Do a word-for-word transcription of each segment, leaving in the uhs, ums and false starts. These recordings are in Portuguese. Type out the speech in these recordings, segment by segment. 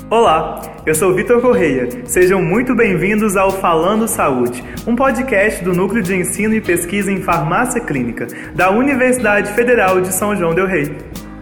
Olá, eu sou Vitor Correia. Sejam muito bem-vindos ao Falando Saúde, um podcast do Núcleo de Ensino e Pesquisa em Farmácia Clínica, da Universidade Federal de São João del Rei.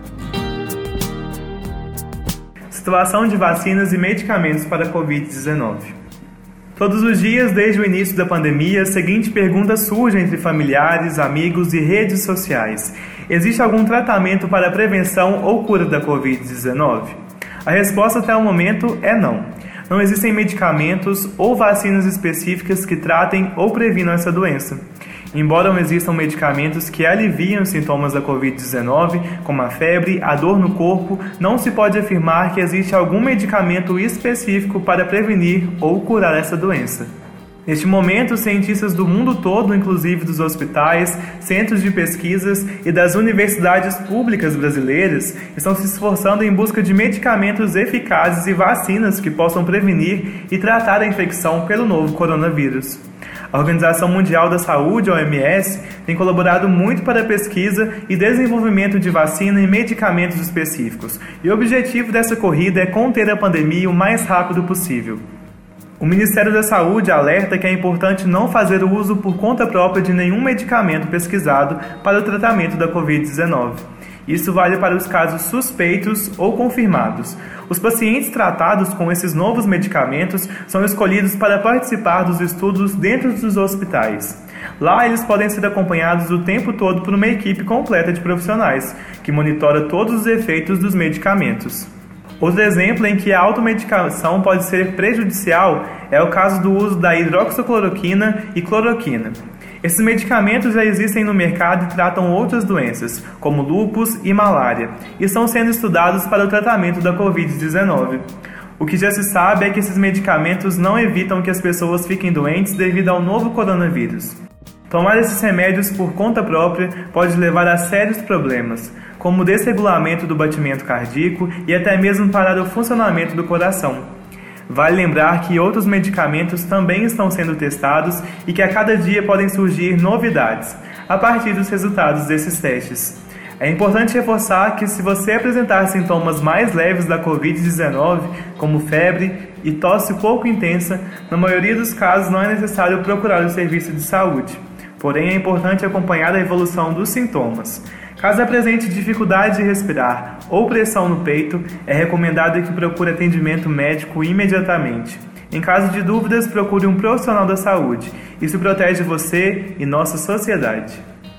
Situação de vacinas e medicamentos para a covid dezenove. Todos os dias, desde o início da pandemia, a seguinte pergunta surge entre familiares, amigos e redes sociais: existe algum tratamento para a prevenção ou cura da covid dezenove? A resposta até o momento é não. Não existem medicamentos ou vacinas específicas que tratem ou previnam essa doença. Embora não existam medicamentos que aliviam os sintomas da covid dezenove, como a febre, a dor no corpo, não se pode afirmar que existe algum medicamento específico para prevenir ou curar essa doença. Neste momento, cientistas do mundo todo, inclusive dos hospitais, centros de pesquisas e das universidades públicas brasileiras, estão se esforçando em busca de medicamentos eficazes e vacinas que possam prevenir e tratar a infecção pelo novo coronavírus. A Organização Mundial da Saúde, O M S, tem colaborado muito para a pesquisa e desenvolvimento de vacina e medicamentos específicos, e o objetivo dessa corrida é conter a pandemia o mais rápido possível. O Ministério da Saúde alerta que é importante não fazer o uso por conta própria de nenhum medicamento pesquisado para o tratamento da covid dezenove. Isso vale para os casos suspeitos ou confirmados. Os pacientes tratados com esses novos medicamentos são escolhidos para participar dos estudos dentro dos hospitais. Lá, eles podem ser acompanhados o tempo todo por uma equipe completa de profissionais, que monitora todos os efeitos dos medicamentos. Outro exemplo em que a automedicação pode ser prejudicial é o caso do uso da hidroxicloroquina e cloroquina. Esses medicamentos já existem no mercado e tratam outras doenças, como lúpus e malária, e estão sendo estudados para o tratamento da covid dezenove. O que já se sabe é que esses medicamentos não evitam que as pessoas fiquem doentes devido ao novo coronavírus. Tomar esses remédios por conta própria pode levar a sérios problemas, como o desregulamento do batimento cardíaco e até mesmo parar o funcionamento do coração. Vale lembrar que outros medicamentos também estão sendo testados e que a cada dia podem surgir novidades, a partir dos resultados desses testes. É importante reforçar que se você apresentar sintomas mais leves da covid dezenove, como febre e tosse pouco intensa, na maioria dos casos não é necessário procurar o serviço de saúde. Porém, é importante acompanhar a evolução dos sintomas. Caso apresente dificuldade de respirar ou pressão no peito, é recomendado que procure atendimento médico imediatamente. Em caso de dúvidas, procure um profissional da saúde. Isso protege você e nossa sociedade.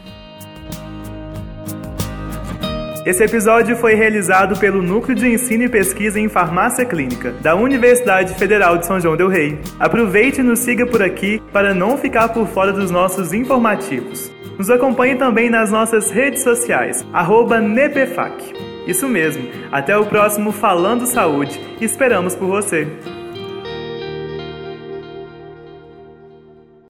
Esse episódio foi realizado pelo Núcleo de Ensino e Pesquisa em Farmácia Clínica, da Universidade Federal de São João del Rei. Aproveite e nos siga por aqui para não ficar por fora dos nossos informativos. Nos acompanhe também nas nossas redes sociais, arroba Nepefac. Isso mesmo, até o próximo Falando Saúde. Esperamos por você!